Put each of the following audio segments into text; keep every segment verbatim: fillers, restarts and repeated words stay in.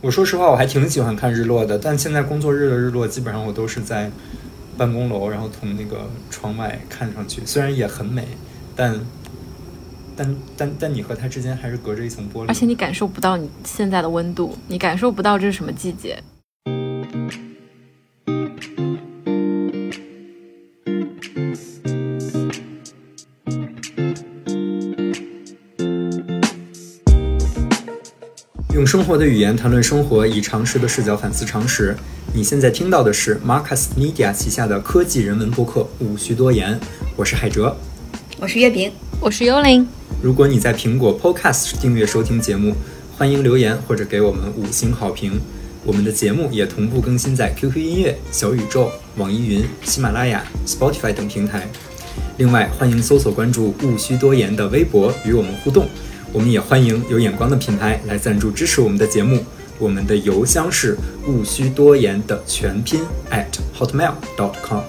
我说实话，我还挺喜欢看日落的，但现在工作日的日落基本上我都是在办公楼，然后从那个窗外看上去，虽然也很美，但但但但你和它之间还是隔着一层玻璃， 而且你感受不到你现在的温度，你感受不到这是什么季节。 用生活的语言谈论生活，以常识的视角反思常识。你现在听到的是 Marcus Media 旗下的科技人文播客无需多言，我是海哲， 我是月饼， 我是幽灵。 如果你在苹果 Podcast 订阅收听节目，欢迎留言或者给我们五星好评。我们的节目也同步更新在 Q Q 音乐、小宇宙、网易云、喜马拉雅、Spotify 等平台。另外，欢迎搜索关注无需多言的微博与我们互动。我们也欢迎有眼光的品牌来赞助支持我们的节目，我们的邮箱是勿需多言的全拼 at hotmail dot com。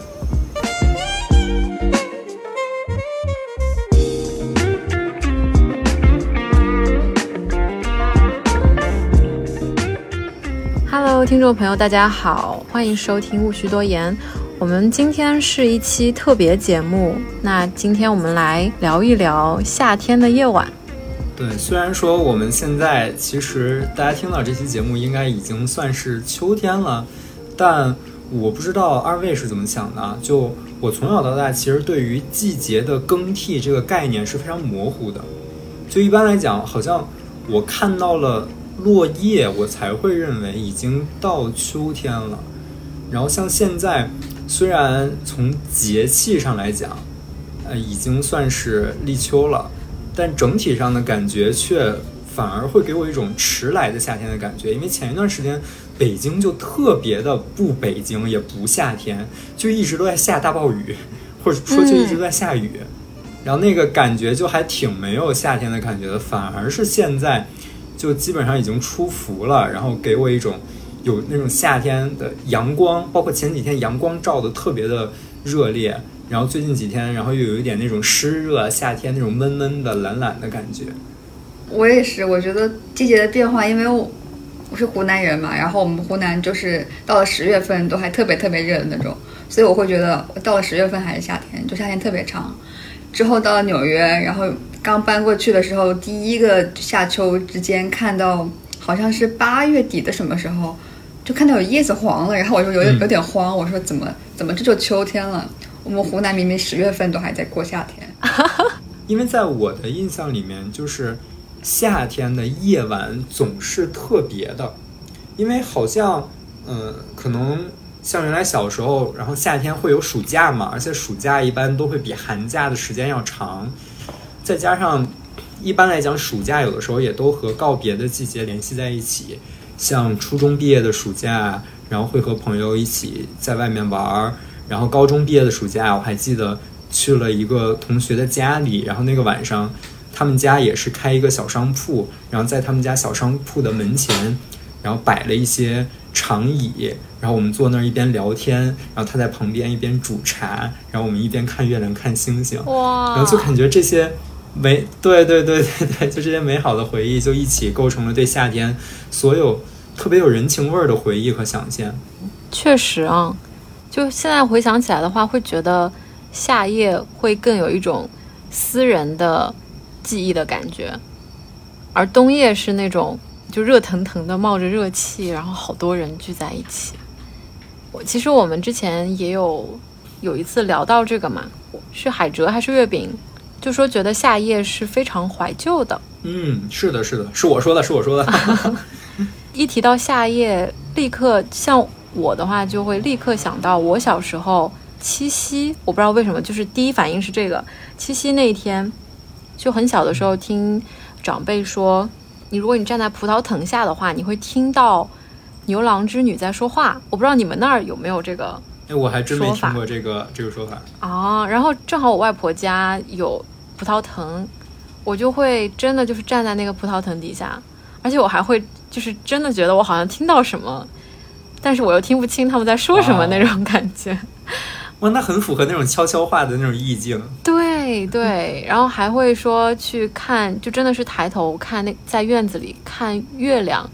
Hello， 听众朋友大家好，欢迎收听勿需多言。我们今天是一期特别节目，那今天我们来聊一聊夏天的夜晚。 对，虽然说我们现在其实大家听到这期节目应该已经算是秋天了，但我不知道二位是怎么想的。就我从小到大其实对于季节的更替这个概念是非常模糊的，就一般来讲好像我看到了落叶我才会认为已经到秋天了。然后像现在虽然从节气上来讲呃，已经算是立秋了，但整体上的感觉却反而会给我一种迟来的夏天的感觉。因为前一段时间北京就特别的不北京也不夏天，就一直都在下大暴雨，或者说就一直在下雨、嗯、然后那个感觉就还挺没有夏天的感觉的。反而是现在就基本上已经出伏了，然后给我一种有那种夏天的阳光，包括前几天阳光照的特别的热烈，然后最近几天然后又有一点那种湿热，夏天那种闷闷的懒懒的感觉。 我也是，我觉得季节的变化，因为我我是湖南人嘛，然后我们湖南就是到了十月份都还特别特别热的那种，所以我会觉得到了十月份还是夏天，就夏天特别长。之后到了纽约，然后刚搬过去的时候，第一个夏秋之间看到好像是八月底的什么时候，就看到有叶子黄了，然后我就有有点慌，我说怎么怎么这就秋天了？我们湖南明明十月份都还在过夏天。 因为在我的印象里面，就是夏天的夜晚总是特别的，因为好像呃，可能像原来小时候，然后夏天会有暑假嘛，而且暑假一般都会比寒假的时间要长，再加上一般来讲暑假有的时候也都和告别的季节联系在一起，像初中毕业的暑假，然后会和朋友一起在外面玩。然后高中毕业的暑假，我还记得去了一个同学的家里，然后那个晚上他们家也是开一个小商铺，然后在他们家小商铺的门前，然后摆了一些长椅，然后我们坐那儿一边聊天，然后他在旁边一边煮茶，然后我们一边看月亮看星星。 哇！ 然后就感觉这些美对对对对对，就这些美好的回忆就一起构成了对夏天所有特别有人情味的回忆和想象。 确实啊，就现在回想起来的话，会觉得夏夜会更有一种私人的记忆的感觉，而冬夜是那种就热腾腾的冒着热气，然后好多人聚在一起。我其实我们之前也有有一次聊到这个嘛，是海哲还是月饼，就说觉得夏夜是非常怀旧的。 嗯，是的是的，是我说的是我说的一提到夏夜，立刻像我的话就会立刻想到我小时候七夕，我不知道为什么，就是第一反应是这个。七夕那一天，就很小的时候听长辈说，你如果你站在葡萄藤下的话，你会听到牛郎织女在说话。我不知道你们那儿有没有这个哎，我还真没听过这个这个说法啊。然后正好我外婆家有葡萄藤，我就会真的就是站在那个葡萄藤底下，而且我还会就是真的觉得我好像听到什么，但是我又听不清他们在说什么那种感觉。 哇，那很符合那种悄悄话的那种意境。 对对，然后还会说去看，就真的是抬头看那在院子里看月亮，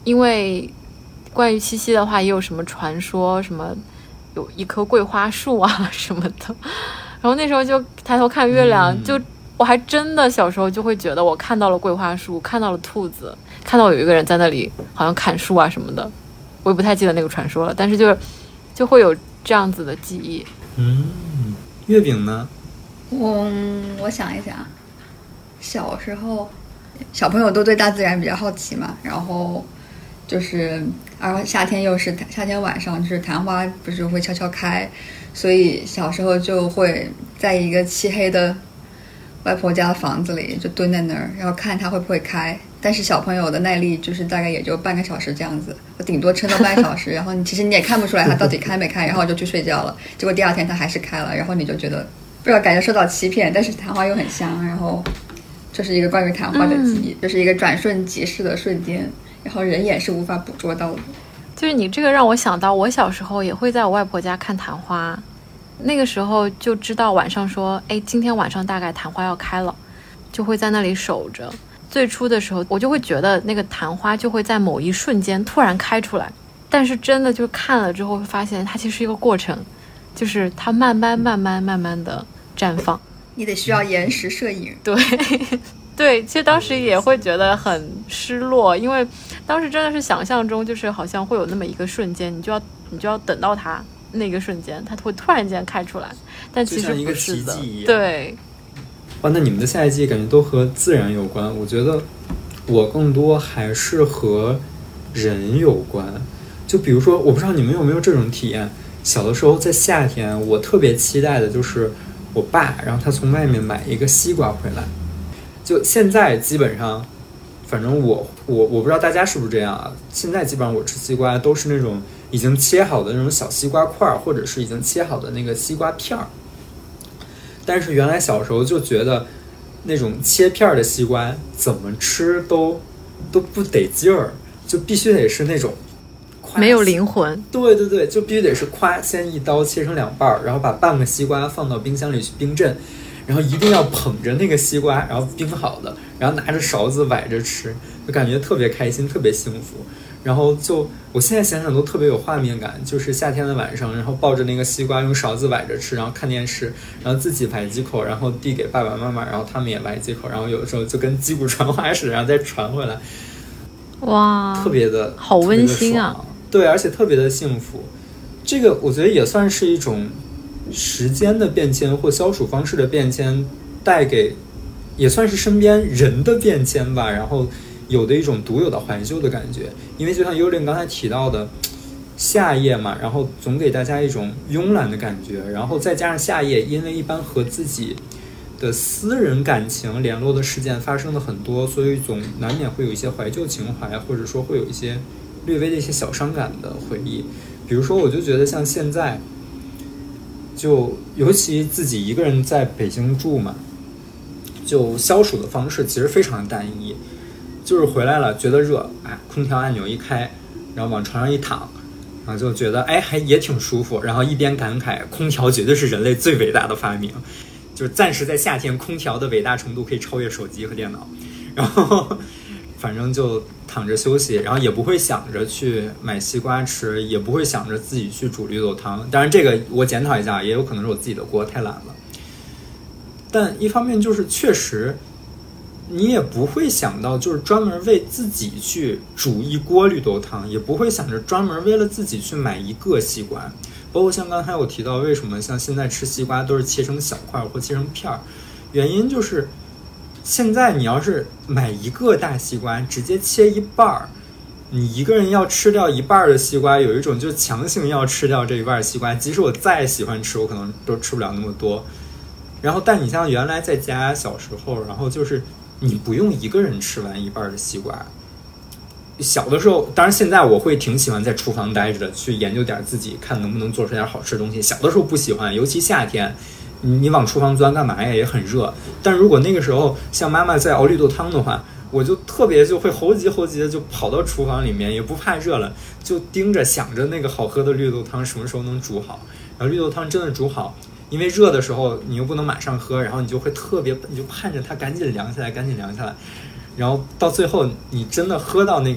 因为关于七夕的话，也有什么传说，什么有一棵桂花树啊什么的。然后那时候就抬头看月亮，嗯、就我还真的小时候就会觉得我看到了桂花树，看到了兔子，看到有一个人在那里好像砍树啊什么的。我也不太记得那个传说了，但是就就会有这样子的记忆。 嗯，月饼呢？ 我我想一想，小时候小朋友都对大自然比较好奇嘛，然后就是然后夏天又是夏天晚上，就是昙花不是会悄悄开，所以小时候就会在一个漆黑的外婆家的房子里就蹲在那儿，然后看它会不会开。但是小朋友的耐力就是大概也就半个小时这样子，我顶多撑到半个小时，然后你其实你也看不出来它到底开没开，然后就去睡觉了。结果第二天它还是开了，然后你就觉得不知道感觉受到欺骗，但是昙花又很香，然后这是一个关于昙花的记忆，嗯、就是一个转瞬即逝的瞬间，然后人眼是无法捕捉到的。 就是你这个让我想到，我小时候也会在我外婆家看昙花，那个时候就知道晚上说，哎，今天晚上大概昙花要开了，就会在那里守着。最初的时候我就会觉得那个昙花就会在某一瞬间突然开出来，但是真的就看了之后会发现它其实是一个过程，就是它慢慢慢慢慢慢的绽放， 你得需要延时摄影。 对对，其实当时也会觉得很失落，因为当时真的是想象中就是好像会有那么一个瞬间，你就要你就要等到它那个瞬间它会突然间开出来，但其实不是的。对。 哇，那你们的夏夜记忆感觉都和自然有关，我觉得我更多还是和人有关。就比如说，我不知道你们有没有这种体验，小的时候在夏天我特别期待的就是我爸，然后他从外面买一个西瓜回来。就现在基本上反正我我我不知道大家是不是这样啊，现在基本上我吃西瓜都是那种已经切好的那种小西瓜块，或者是已经切好的那个西瓜片儿。但是原来小时候就觉得那种切片的西瓜怎么吃都都不得劲儿，就必须得是那种没有灵魂。 对对对，就必须得是夸先一刀切成两半，然后把半个西瓜放到冰箱里去冰镇，然后一定要捧着那个西瓜，然后冰好的，然后拿着勺子崴着吃，就感觉特别开心，特别幸福。然后就我现在想想都特别有画面感，就是夏天的晚上，然后抱着那个西瓜用勺子崴着吃，然后看电视，然后自己崴几口，然后递给爸爸妈妈，然后他们也崴几口，然后有的时候就跟击鼓传花似的，然后再传回来。 哇， 特别的好温馨啊！ 对，而且特别的幸福。这个我觉得也算是一种时间的变迁或消除方式的变迁带给，也算是身边人的变迁吧，然后有的一种独有的怀旧的感觉。因为就像幽灵刚才提到的夏夜嘛，然后总给大家一种慵懒的感觉，然后再加上夏夜因为一般和自己的私人感情联络的事件发生的很多，所以总难免会有一些怀旧情怀，或者说会有一些略微的一些小伤感的回忆。比如说我就觉得像现在就尤其自己一个人在北京住嘛，就消暑的方式其实非常的单一，就是回来了觉得热，哎，空调按钮一开，然后往床上一躺，然后就觉得哎还也挺舒服，然后一边感慨空调绝对是人类最伟大的发明，就是暂时在夏天空调的伟大程度可以超越手机和电脑，然后反正就躺着休息，然后也不会想着去买西瓜吃，也不会想着自己去煮绿豆汤。当然这个我检讨一下，也有可能是我自己的锅太懒了，但一方面就是确实你也不会想到就是专门为自己去煮一锅绿豆汤，也不会想着专门为了自己去买一个西瓜。包括像刚才我提到为什么像现在吃西瓜都是切成小块或切成片儿，原因就是现在你要是买一个大西瓜直接切一半，你一个人要吃掉一半的西瓜，有一种就强行要吃掉这一半西瓜，即使我再喜欢吃我可能都吃不了那么多。然后但你像原来在家小时候，然后就是你不用一个人吃完一半的西瓜。小的时候当然现在我会挺喜欢在厨房待着的，去研究点自己看能不能做出点好吃的东西。小的时候不喜欢，尤其夏天你往厨房钻干嘛呀，也很热。但如果那个时候像妈妈在熬绿豆汤的话，我就特别就会猴急猴急的就跑到厨房里面，也不怕热了，就盯着想着那个好喝的绿豆汤什么时候能煮好。然后绿豆汤真的煮好，因为热的时候你又不能马上喝，然后你就会特别你就盼着它赶紧凉下来赶紧凉下来，然后到最后你真的喝到那个特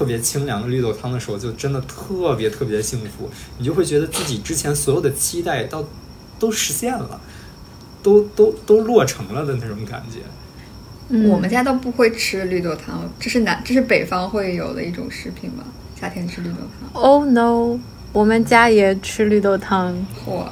特别清凉的绿豆汤的时候，就真的特别特别幸福，你就会觉得自己之前所有的期待到都实现了，都都都落成了的那种感觉。 嗯、我们家都不会吃绿豆汤，这是南这是北方会有的一种食品吧？夏天吃绿豆汤。 Oh no， 我们家也吃绿豆汤。 嚯！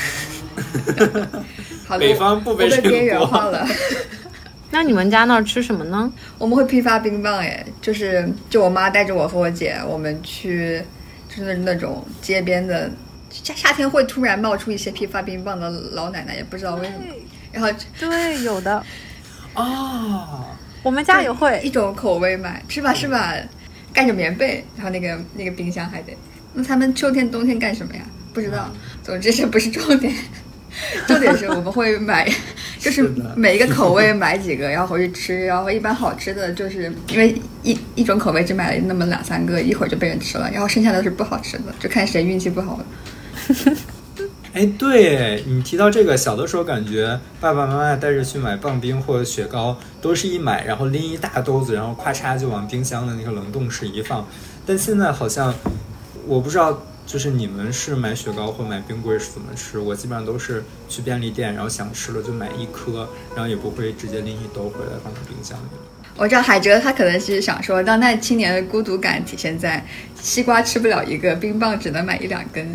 好的， 北方不被被边缘化了。 那你们家那儿吃什么呢？ 我们会批发冰棒，哎，就是就我妈带着我和我姐，我们去就是那种街边的，夏夏天会突然冒出一些批发冰棒的老奶奶，也不知道为什么。然后对，有的啊， 我们家也会一种口味买，是吧是吧？盖着棉被，然后那个那个冰箱还得。那他们秋天冬天干什么呀？不知道。总之这不是重点。重点是我们会买，就是每一个口味买几个，然后回去吃。然后一般好吃的就是因为一一种口味只买了那么两三个，一会儿就被人吃了，然后剩下的是不好吃的，就看谁运气不好了。 哎，对，你提到这个，小的时候感觉爸爸妈妈带着去买棒冰或者雪糕，都是一买然后拎一大兜子，然后咔嚓就往冰箱的那个冷冻室一放。但现在好像我不知道。就是你们是买雪糕或买冰棍是怎么吃？我基本上都是去便利店，然后想吃了就买一颗，然后也不会直接拎一兜回来放在冰箱里。 我知道海哲他可能是想说，当代青年的孤独感体现在西瓜吃不了一个，冰棒只能买一两根。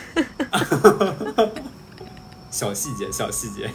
小细节，小细节。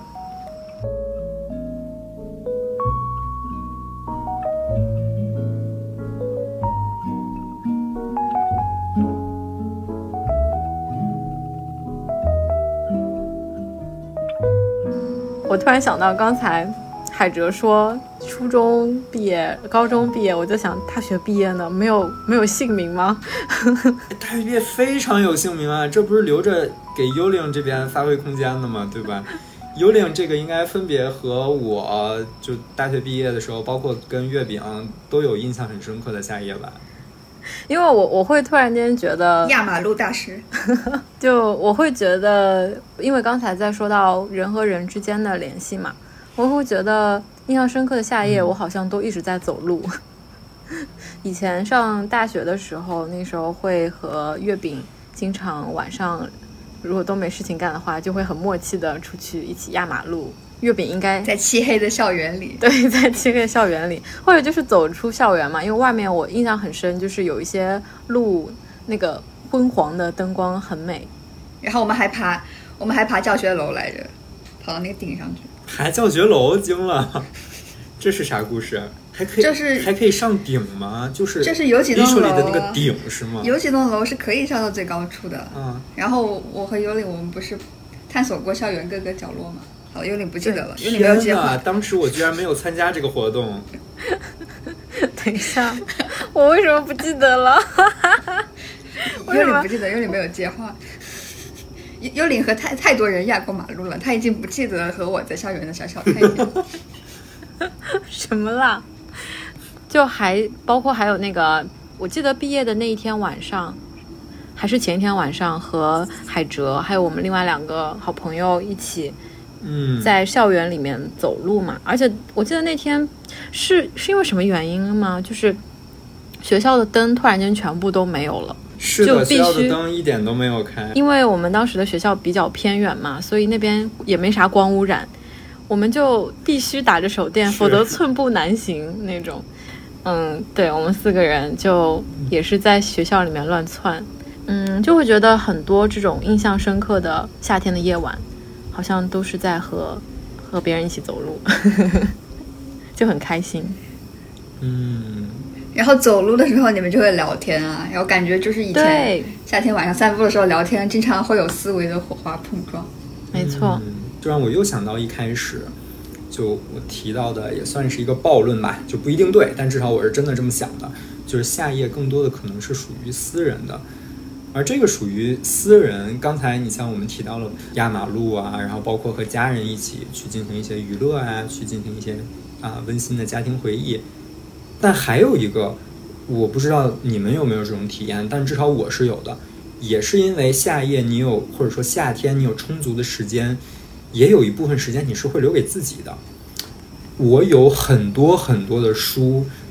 我突然想到，刚才海哲说初中毕业、高中毕业，我就想大学毕业呢，没有没有姓名吗？ 大学毕业非常有姓名啊，这不是留着给幽灵这边发挥空间的吗？对吧？幽灵这个应该分别和我就大学毕业的时候，包括跟月饼都有印象很深刻的夏夜晚。 因为我我会突然间觉得压马路大师， 就我会觉得，因为刚才在说到人和人之间的联系嘛，我会觉得印象深刻的夏夜，我好像都一直在走路。以前上大学的时候，那时候会和月饼经常晚上，如果都没事情干的话，就会很默契的出去一起压马路。月饼应该在漆黑的校园里， 对，在漆黑校园里，或者就是走出校园嘛，因为外面我印象很深，就是有一些路那个昏黄的灯光很美。 然后我们还爬，我们还爬教学楼来着，跑到那个顶上去。 爬教学楼惊了，这是啥故事？还可以， 就是还可以上顶吗？就是就是有几栋楼、啊、 里的那个顶是吗？ 有几栋楼是可以上到最高处的。 嗯， 然后我和幽灵，我们不是探索过校园各个角落吗？好了，幽灵不记得了，幽灵没有计划。 当时我居然没有参加这个活动。 等一下，我为什么不记得了？ 幽灵不记得，幽灵没有计划。幽灵和太太多人压过马路了，他已经不记得和我在校园的小小太阳。 什么啦？就还包括还有那个，我记得毕业的那一天晚上，还是前一天晚上，和海哲还有我们另外两个好朋友一起。 嗯， 在校园里面走路嘛，而且我记得那天是是因为什么原因吗？就是学校的灯突然间全部都没有了， 是的， 就必须学校的灯一点都没有开。 因为我们当时的学校比较偏远嘛，所以那边也没啥光污染，我们就必须打着手电，否则寸步难行那种。嗯，对，我们四个人就也是在学校里面乱窜，嗯，就会觉得很多这种印象深刻的夏天的夜晚。好像都是在和和别人一起走路，就很开心。 嗯， 然后走路的时候你们就会聊天啊，然后感觉就是以前夏天晚上散步的时候聊天，经常会有思维的火花碰撞。 没错， 嗯，就让我又想到一开始就我提到的，也算是一个暴论吧，就不一定对，但至少我是真的这么想的，就是夏夜更多的可能是属于私人的。而这个属于私人，刚才你像我们提到了压马路啊，然后包括和家人一起去进行一些娱乐啊，去进行一些啊温馨的家庭回忆。但还有一个，我不知道你们有没有这种体验，但至少我是有的，也是因为夏夜你有，或者说夏天你有充足的时间，也有一部分时间你是会留给自己的。我有很多很多的书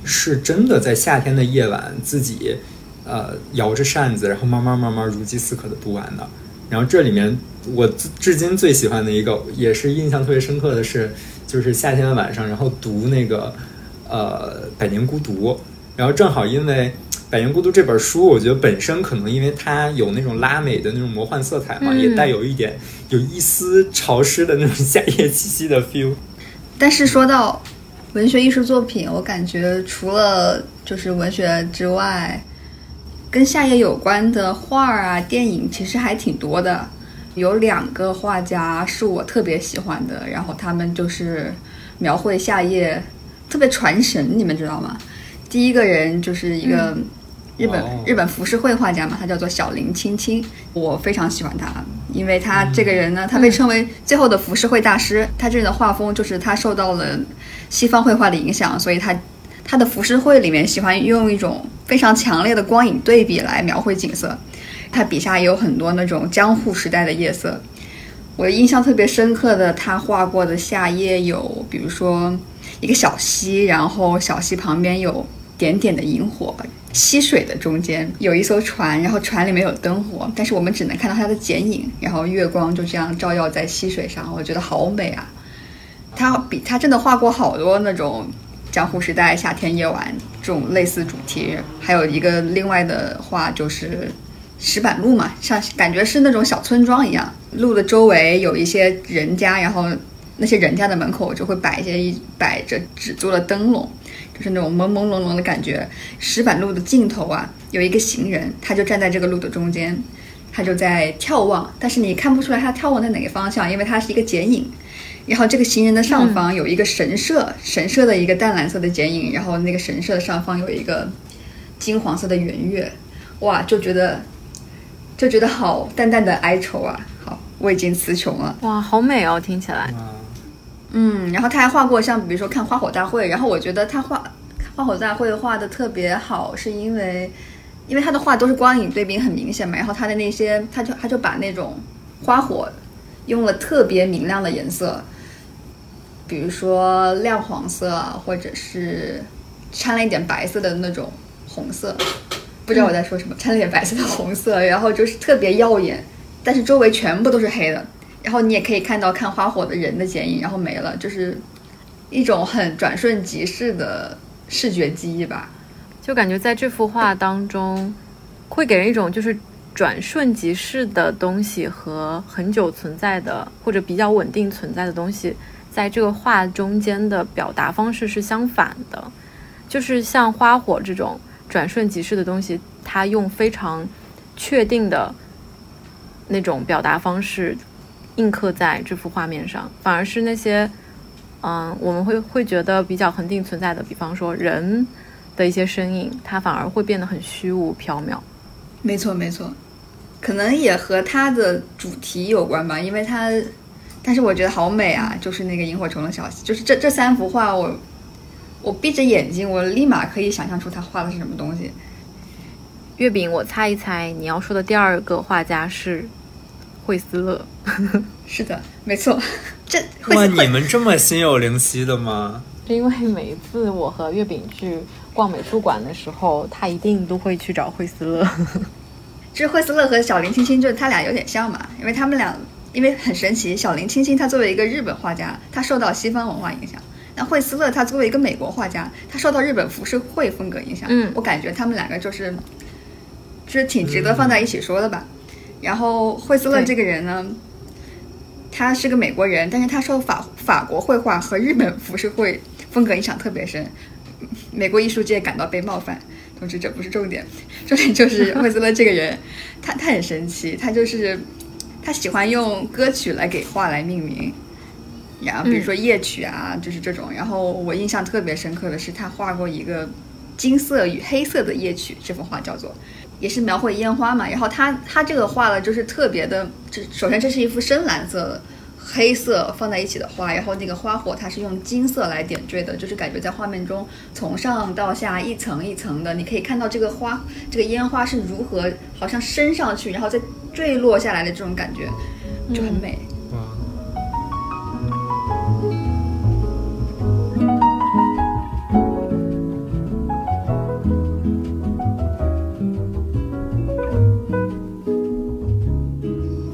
是真的在夏天的夜晚自己呃摇着扇子，然后慢慢慢慢如饥似渴的读完的。然后这里面我至今最喜欢的一个，也是印象特别深刻的是，就是夏天的晚上，然后读那个呃《百年孤独》，然后正好因为《百年孤独》这本书，我觉得本身可能因为它有那种拉美的那种魔幻色彩嘛，嗯、也带有一点有一丝潮湿的那种夏夜气息的 feel。 但是说到文学艺术作品，我感觉除了就是文学之外，跟夏夜有关的画啊电影其实还挺多的。有两个画家是我特别喜欢的，然后他们就是描绘夏夜特别传神，你们知道吗？第一个人就是一个日本、嗯、日本浮世绘画家嘛，他叫做小林青青，我非常喜欢他，因为他这个人呢，他被称为最后的浮世绘大师。他这人的画风就是他受到了西方绘画的影响，所以他他的浮世绘里面喜欢用一种非常强烈的光影对比来描绘景色。他笔下也有很多那种江户时代的夜色。我印象特别深刻的他画过的夏夜有比如说一个小溪，然后小溪旁边有点点的萤火，溪水的中间有一艘船，然后船里面有灯火，但是我们只能看到它的剪影，然后月光就这样照耀在溪水上，我觉得好美啊。他比他真的画过好多那种江户时代夏天夜晚这种类似主题。还有一个另外的画就是石板路嘛，像感觉是那种小村庄一样，路的周围有一些人家，然后那些人家的门口就会摆一些摆着纸做的灯笼，就是那种朦朦胧胧的感觉。石板路的尽头啊，有一个行人，他就站在这个路的中间，他就在眺望，但是你看不出来他眺望在哪个方向，因为它是一个剪影。然后这个行人的上方有一个神社、嗯、神社的一个淡蓝色的剪影，然后那个神社的上方有一个金黄色的圆月，哇，就觉得就觉得好淡淡的哀愁啊。好，我已经词穷了。 哇，好美哦，听起来。 嗯，然后他还画过像比如说看花火大会，然后我觉得他画花火大会画的特别好，是因为因为他的画都是光影对比很明显嘛，然后他的那些他就他就把那种花火用了特别明亮的颜色，比如说亮黄色或者是掺了一点白色的那种红色，不知道我在说什么，掺了一点白色的红色，然后就是特别耀眼，但是周围全部都是黑的，然后你也可以看到看花火的人的剪影，然后没了，就是一种很转瞬即逝的视觉记忆吧。 就感觉在这幅画当中会给人一种就是转瞬即逝的东西和很久存在的或者比较稳定存在的东西在这个画中间的表达方式是相反的。就是像花火这种转瞬即逝的东西，它用非常确定的那种表达方式印刻在这幅画面上，反而是那些嗯，我们会会觉得比较恒定存在的，比方说人的一些身影，它反而会变得很虚无缥缈。 没错没错，可能也和它的主题有关吧，因为它但是我觉得好美啊，就是那个萤火虫的消息，就是这这三幅画我我闭着眼睛我立马可以想象出他画的是什么东西。 月饼，我猜一猜你要说的第二个画家是惠斯勒。 是的，没错。这哇，你们这么心有灵犀的吗？ 因为每一次我和月饼去逛美术馆的时候，他一定都会去找惠斯勒。 就是惠斯勒和小林青青，就是他俩有点像嘛，因为他们俩因为很神奇，小林青青他作为一个日本画家，他受到西方文化影响，那惠斯勒他作为一个美国画家，他受到日本浮世绘风格影响。嗯，我感觉他们两个就是就是挺值得放在一起说的吧。嗯、然后惠斯勒这个人呢，他是个美国人，但是他受法法国绘画和日本浮世绘风格影响特别深，美国艺术界感到被冒犯。总之这不是重点，重点就是惠斯勒这个人，他他很神奇，他就是他喜欢用歌曲来给画来命名，然后比如说夜曲啊，嗯、就是这种。然后我印象特别深刻的是，他画过一个金色与黑色的夜曲，这幅画叫做，也是描绘烟花嘛。然后他他这个画了就是特别的，这首先这是一幅深蓝色的。黑色放在一起的花，然后那个花火它是用金色来点缀的，就是感觉在画面中从上到下一层一层的，你可以看到这个花这个烟花是如何好像升上去然后再坠落下来的这种感觉，就很美。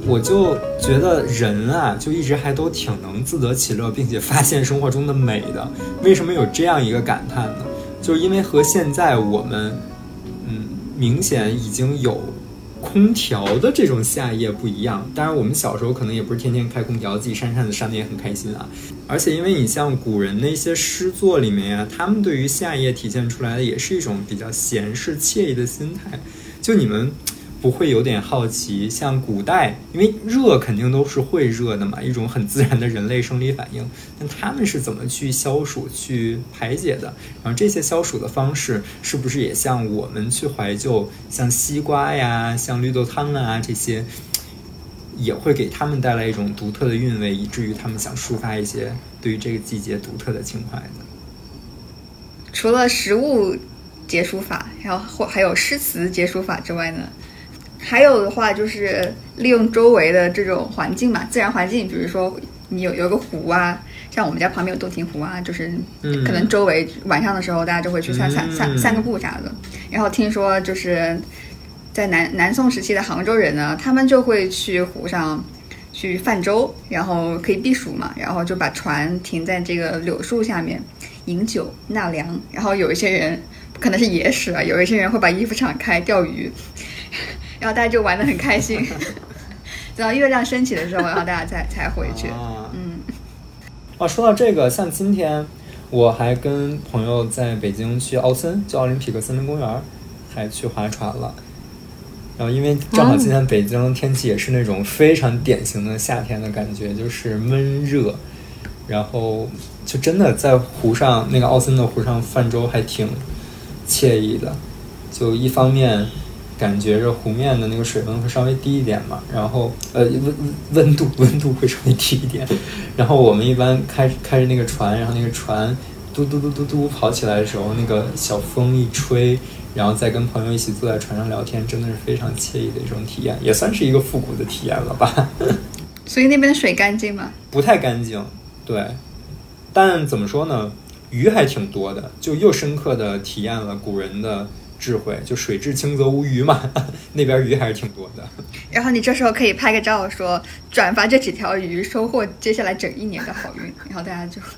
我就觉得人啊，就一直还都挺能自得其乐，并且发现生活中的美的。为什么有这样一个感叹呢？就是因为和现在我们，嗯，明显已经有空调的这种夏夜不一样。当然，我们小时候可能也不是天天开空调，自己扇扇子扇得也很开心啊。而且，因为你像古人的一些诗作里面啊，他们对于夏夜体现出来的也是一种比较闲适惬意的心态。就你们不会有点好奇，像古代，因为热肯定都是会热的嘛，一种很自然的人类生理反应，但他们是怎么去消暑、去排解的？然后这些消暑的方式，是不是也像我们去怀旧，像西瓜呀、像绿豆汤啊这些，也会给他们带来一种独特的韵味，以至于他们想抒发一些对于这个季节独特的情怀的？ 除了食物解暑法，然后或还有诗词解暑法之外呢？还有的话就是利用周围的这种环境嘛，自然环境，比如说你有有个湖啊，像我们家旁边有洞庭湖啊，就是可能周围晚上的时候大家就会去散散散散个步啥的。然后听说就是在南南宋时期的杭州人呢，他们就会去湖上去泛舟，然后可以避暑嘛，然后就把船停在这个柳树下面饮酒纳凉。然后有一些人可能是野史啊，有一些人会把衣服敞开钓鱼。然后大家就玩得很开心，等到月亮升起的时候，然后大家才才回去。啊、嗯， 哦，说到这个，像今天我还跟朋友在北京去奥森，就奥林匹克森林公园，还去划船了。然后因为正好今天北京天气也是那种非常典型的夏天的感觉，就是闷热，然后就真的在湖上，那个奥森的湖上泛舟还挺惬意的。就一方面感觉着湖面的那个水温会稍微低一点嘛，然后呃温温度温度会稍微低一点，然后我们一般开开着那个船，然后那个船嘟嘟嘟嘟嘟跑起来的时候，那个小风一吹，然后再跟朋友一起坐在船上聊天，真的是非常惬意的一种体验，也算是一个复古的体验了吧。 所以那边的水干净吗？ 不太干净，对，但怎么说呢，鱼还挺多的，就又深刻的体验了古人的智慧，就水至清则无鱼嘛，那边鱼还是挺多的。 然后你这时候可以拍个照，说转发这几条鱼，收获接下来整一年的好运。然后大家就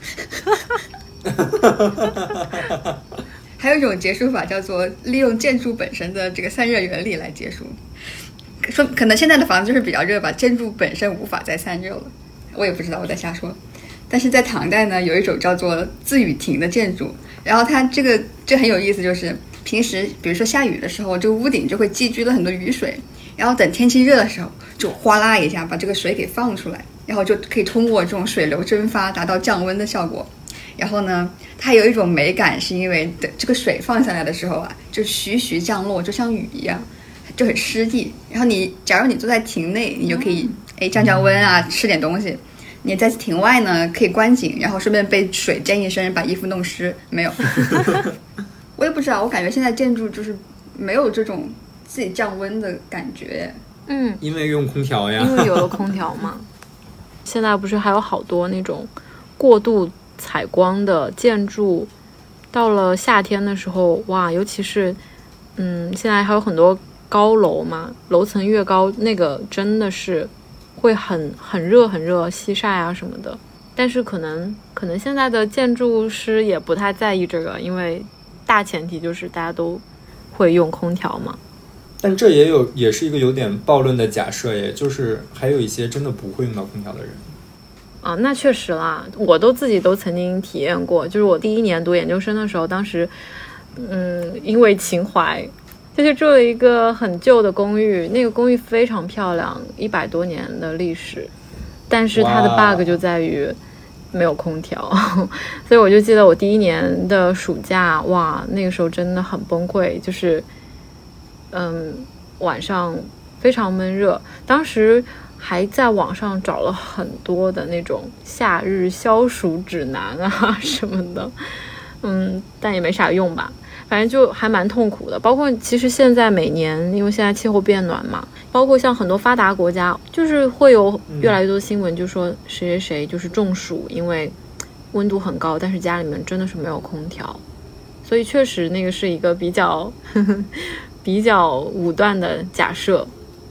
还有一种结束法叫做利用建筑本身的这个散热原理来结束。说可能现在的房子就是比较热吧，建筑本身无法再散热了，我也不知道，我在瞎说。但是在唐代呢，有一种叫做自雨亭的建筑，然后它这个这很有意思，就是平时比如说下雨的时候，这个屋顶就会积聚了很多雨水，然后等天气热的时候就哗啦一下把这个水给放出来，然后就可以通过这种水流蒸发达到降温的效果。然后呢，它有一种美感，是因为等这个水放下来的时候啊，就徐徐降落，就像雨一样，就很湿地。然后你假如你坐在亭内，你就可以哎降降温啊，吃点东西。你在亭外呢，可以观景，然后顺便被水溅一身，把衣服弄湿。没有，我也不知道，我感觉现在建筑就是没有这种自己降温的感觉。 嗯， 因为用空调呀， 因为有了空调嘛。现在不是还有好多那种过度采光的建筑，到了夏天的时候，哇，尤其是嗯，现在还有很多高楼嘛，楼层越高，那个真的是会很很热很热，西晒啊什么的。但是可能可能现在的建筑师也不太在意这个，因为大前提就是大家都会用空调嘛。 但这也有也是一个有点暴论的假设，也就是还有一些真的不会用到空调的人。 啊，那确实啦，我都自己都曾经体验过。就是我第一年读研究生的时候，当时嗯，因为情怀就去住了一个很旧的公寓，那个公寓非常漂亮，一百多年的历史，但是它的 bug 就在于没有空调。所以我就记得我第一年的暑假，哇，那个时候真的很崩溃，就是嗯，晚上非常闷热，当时还在网上找了很多的那种夏日消暑指南啊什么的，嗯，但也没啥用吧，反正就还蛮痛苦的。包括其实现在每年因为现在气候变暖嘛，包括像很多发达国家就是会有越来越多新闻就说谁谁谁就是中暑，因为温度很高，但是家里面真的是没有空调。所以确实那个是一个比较呵呵比较武断的假设。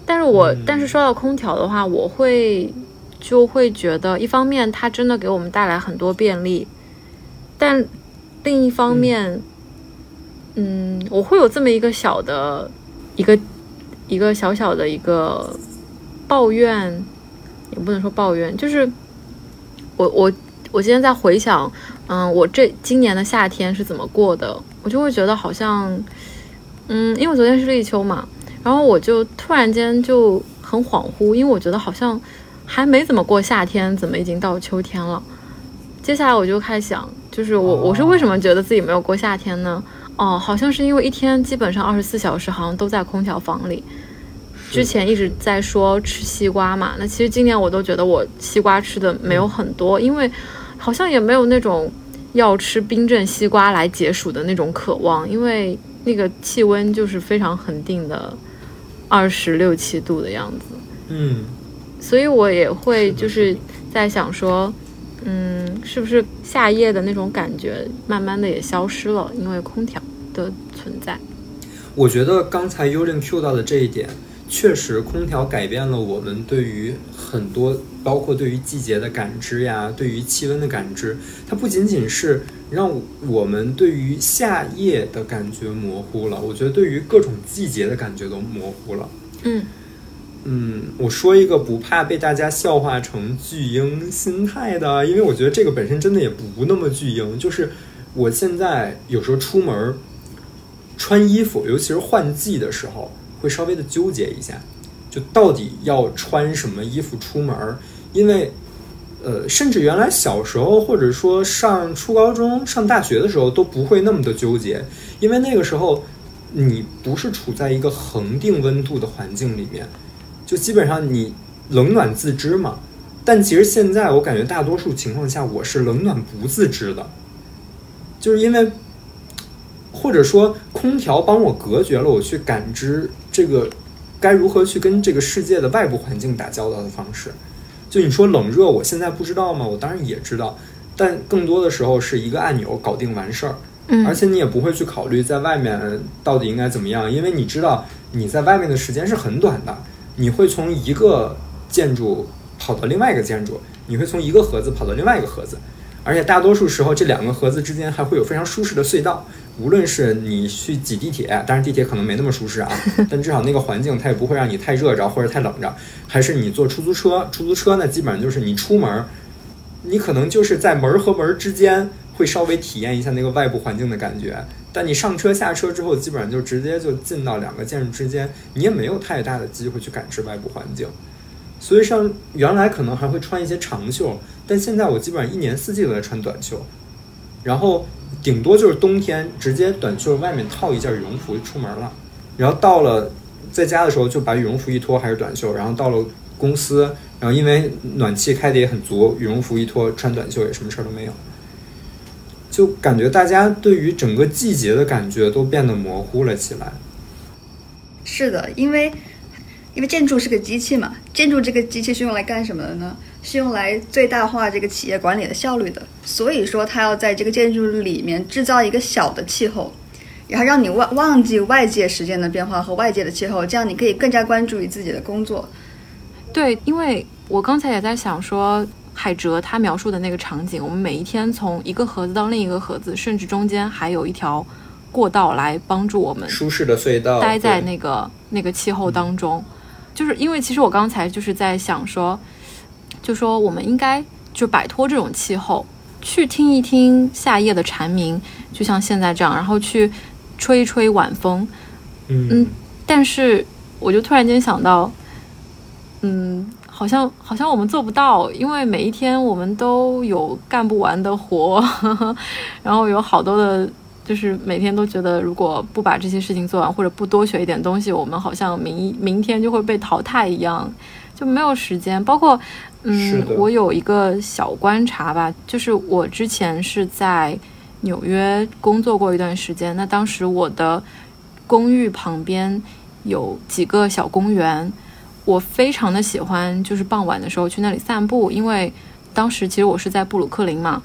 但是我、 嗯、 但是说到空调的话，我会就会觉得一方面它真的给我们带来很多便利，但另一方面 嗯, 嗯我会有这么一个小的一个一个小小的一个抱怨，也不能说抱怨，就是我我我今天在回想嗯我这今年的夏天是怎么过的，我就会觉得好像嗯因为昨天是立秋嘛，然后我就突然间就很恍惚，因为我觉得好像还没怎么过夏天，怎么已经到秋天了。接下来我就开始想，就是我我是为什么觉得自己没有过夏天呢？哦，好像是因为一天基本上二十四小时好像都在空调房里。之前一直在说吃西瓜嘛，那其实今年我都觉得我西瓜吃的没有很多，因为好像也没有那种要吃冰镇西瓜来解暑的那种渴望，因为那个气温就是非常恒定的二十六七度的样子。 嗯， 所以我也会就是在想说嗯，是不是夏夜的那种感觉慢慢的也消失了，因为空调的存在。 我觉得刚才幽灵 Q 到的这一点，确实空调改变了我们对于很多包括对于季节的感知呀，对于气温的感知，它不仅仅是让我们对于夏夜的感觉模糊了，我觉得对于各种季节的感觉都模糊了。 嗯嗯，我说一个不怕被大家笑话成巨婴心态的，因为我觉得这个本身真的也不那么巨婴，就是我现在有时候出门穿衣服，尤其是换季的时候，会稍微的纠结一下，就到底要穿什么衣服出门，因为呃，甚至原来小时候或者说上初高中、上大学的时候都不会那么的纠结，因为那个时候你不是处在一个恒定温度的环境里面。就基本上你冷暖自知嘛，但其实现在我感觉大多数情况下我是冷暖不自知的，就是因为或者说空调帮我隔绝了我去感知这个该如何去跟这个世界的外部环境打交道的方式。就你说冷热我现在不知道吗？我当然也知道，但更多的时候是一个按钮搞定完事儿，而且你也不会去考虑在外面到底应该怎么样，因为你知道你在外面的时间是很短的，你会从一个建筑跑到另外一个建筑，你会从一个盒子跑到另外一个盒子，而且大多数时候这两个盒子之间还会有非常舒适的隧道，无论是你去挤地铁，当然地铁可能没那么舒适啊，但至少那个环境它也不会让你太热着或者太冷着，还是你坐出租车，出租车呢基本上就是你出门，你可能就是在门和门之间会稍微体验一下那个外部环境的感觉，但你上车下车之后基本上就直接就进到两个建筑之间，你也没有太大的机会去感知外部环境。所以像原来可能还会穿一些长袖，但现在我基本上一年四季都在穿短袖，然后顶多就是冬天直接短袖外面套一件羽绒服出门了，然后到了在家的时候就把羽绒服一脱还是短袖，然后到了公司，然后因为暖气开的也很足，羽绒服一脱穿短袖也什么事都没有。就感觉大家对于整个季节的感觉都变得模糊了起来。 是的，因为因为建筑是个机器嘛，建筑这个机器是用来干什么的呢？是用来最大化这个企业管理的效率的。所以说它要在这个建筑里面制造一个小的气候，然后让你忘忘记外界时间的变化和外界的气候，这样你可以更加关注于自己的工作。 对，因为我刚才也在想说海哲他描述的那个场景，我们每一天从一个盒子到另一个盒子，甚至中间还有一条过道来帮助我们舒适的隧道待在那个那个气候当中。就是因为其实我刚才就是在想说，就说我们应该就摆脱这种气候，去听一听夏夜的蝉鸣，就像现在这样，然后去吹一吹晚风。 嗯嗯，但是我就突然间想到，嗯，好像好像我们做不到，因为每一天我们都有干不完的活，呵呵，然后有好多的。就是每天都觉得如果不把这些事情做完，或者不多学一点东西，我们好像明明天就会被淘汰一样，就没有时间。包括嗯，我有一个小观察吧，就是我之前是在纽约工作过一段时间，那当时我的公寓旁边有几个小公园，我非常的喜欢就是傍晚的时候去那里散步，因为当时其实我是在布鲁克林嘛，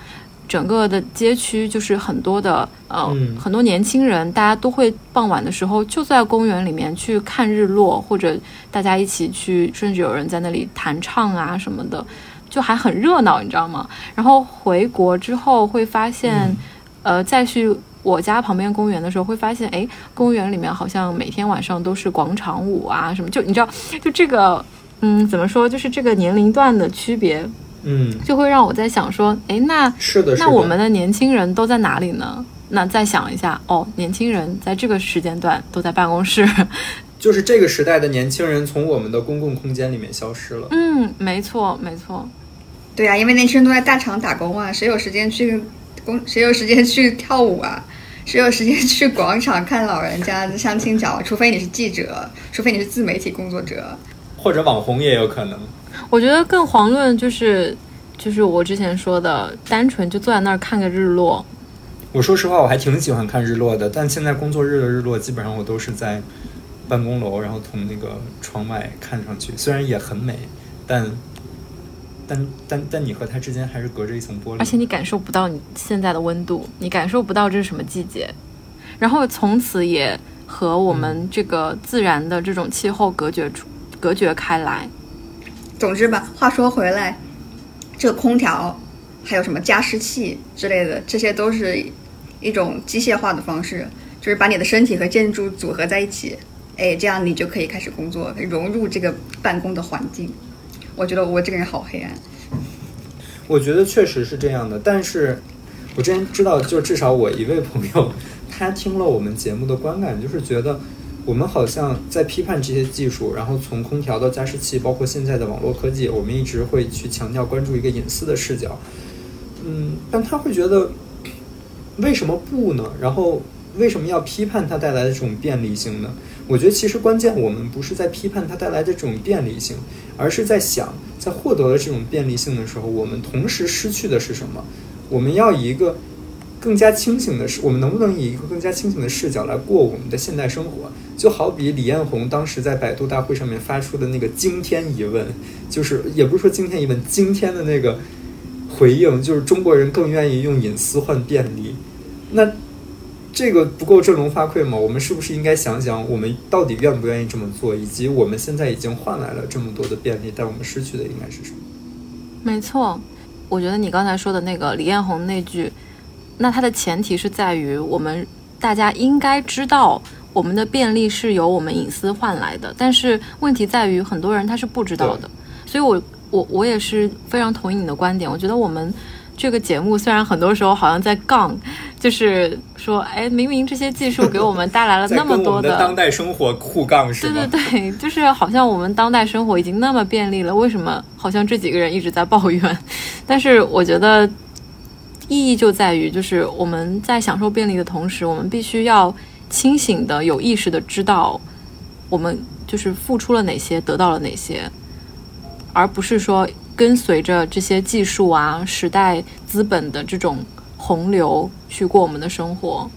整个的街区就是很多的呃、 嗯、 很多年轻人，大家都会傍晚的时候就在公园里面去看日落，或者大家一起去，甚至有人在那里弹唱啊什么的，就还很热闹，你知道吗？然后回国之后会发现、嗯、呃再去我家旁边公园的时候会发现，哎，公园里面好像每天晚上都是广场舞啊什么，就你知道就这个嗯怎么说，就是这个年龄段的区别， 嗯， 就会让我在想说，哎，那是的， 那我们的年轻人都在哪里呢？那再想一下，哦，年轻人在这个时间段都在办公室， 就是这个时代的年轻人从我们的公共空间里面消失了。 嗯，没错，没错。 对啊，因为年轻人都在大厂打工啊，谁有时间去公，谁有时间去跳舞啊？谁有时间去广场看老人家相亲角？除非你是记者，除非你是自媒体工作者， 或者网红也有可能。 我觉得更遑论就是就是我之前说的，单纯就坐在那儿看个日落。 我说实话，我还挺喜欢看日落的，但现在工作日的日落基本上我都是在办公楼，然后从那个窗外看上去，虽然也很美，但但但但你和它之间还是隔着一层玻璃， 而且你感受不到你现在的温度，你感受不到这是什么季节，然后从此也和我们这个自然的这种气候隔绝出隔绝开来。 总之吧，话说回来，这个空调还有什么加湿器之类的，这些都是一种机械化的方式，就是把你的身体和建筑组合在一起，哎，这样你就可以开始工作，融入这个办公的环境。我觉得我这个人好黑暗。 我觉得确实是这样的，但是我之前知道，就至少我一位朋友，他听了我们节目的观感，就是觉得我们好像在批判这些技术，然后从空调到加湿器，包括现在的网络科技，我们一直会去强调关注一个隐私的视角。嗯，但他会觉得为什么不呢？然后为什么要批判它带来的这种便利性呢？我觉得其实关键我们不是在批判它带来的这种便利性，而是在想，在获得了这种便利性的时候，我们同时失去的是什么？我们要以一个更加清醒的视，我们能不能以一个更加清醒的视角来过我们的现代生活？就好比李彦宏当时在百度大会上面发出的那个惊天疑问，就是也不是说惊天疑问，惊天的那个回应，就是中国人更愿意用隐私换便利。那这个不够振聋发聩吗？我们是不是应该想想，我们到底愿不愿意这么做，以及我们现在已经换来了这么多的便利，但我们失去的应该是什么？ 没错，我觉得你刚才说的那个李彦宏那句，那它的前提是在于我们大家应该知道我们的便利是由我们隐私换来的，但是问题在于很多人他是不知道的。所以我我我也是非常同意你的观点，我觉得我们这个节目虽然很多时候好像在杠，就是说哎，明明这些技术给我们带来了那么多的在跟我们的当代生活互杠是吗？ 对对对，就是好像我们当代生活已经那么便利了，为什么好像这几个人一直在抱怨？但是我觉得意义就在于，就是我们在享受便利的同时，我们必须要清醒的有意识的知道我们就是付出了哪些，得到了哪些，而不是说跟随着这些技术啊、时代资本的这种洪流去过我们的生活。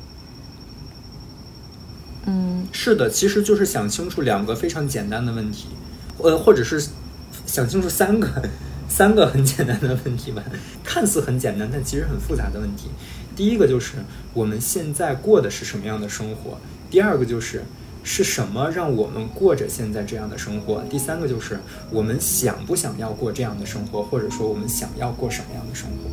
嗯， 是的，其实就是想清楚两个非常简单的问题，呃，或者是想清楚三个三个很简单的问题吧，看似很简单，但其实很复杂的问题。第一个就是我们现在过的是什么样的生活，第二个就是是什么让我们过着现在这样的生活，第三个就是我们想不想要过这样的生活，或者说我们想要过什么样的生活。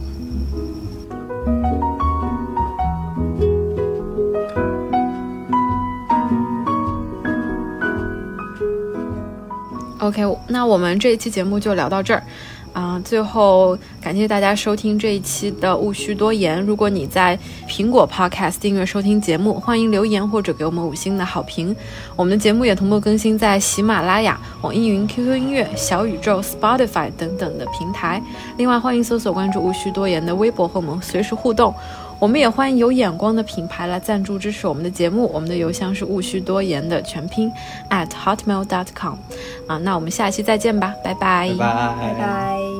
OK， 那我们这一期节目就聊到这儿啊、呃！最后感谢大家收听这一期的勿需多言。如果你在苹果 Podcast 订阅收听节目，欢迎留言或者给我们五星的好评。我们的节目也同步更新在喜马拉雅、网易云、Q Q 音乐、小宇宙、Spotify 等等的平台。另外，欢迎搜索关注勿需多言的微博和我们随时互动。我们也欢迎有眼光的品牌来赞助支持我们的节目，我们的邮箱是勿需多言的全拼 at hotmail dot com 啊，那我们下期再见吧，拜拜， 拜拜， 拜拜。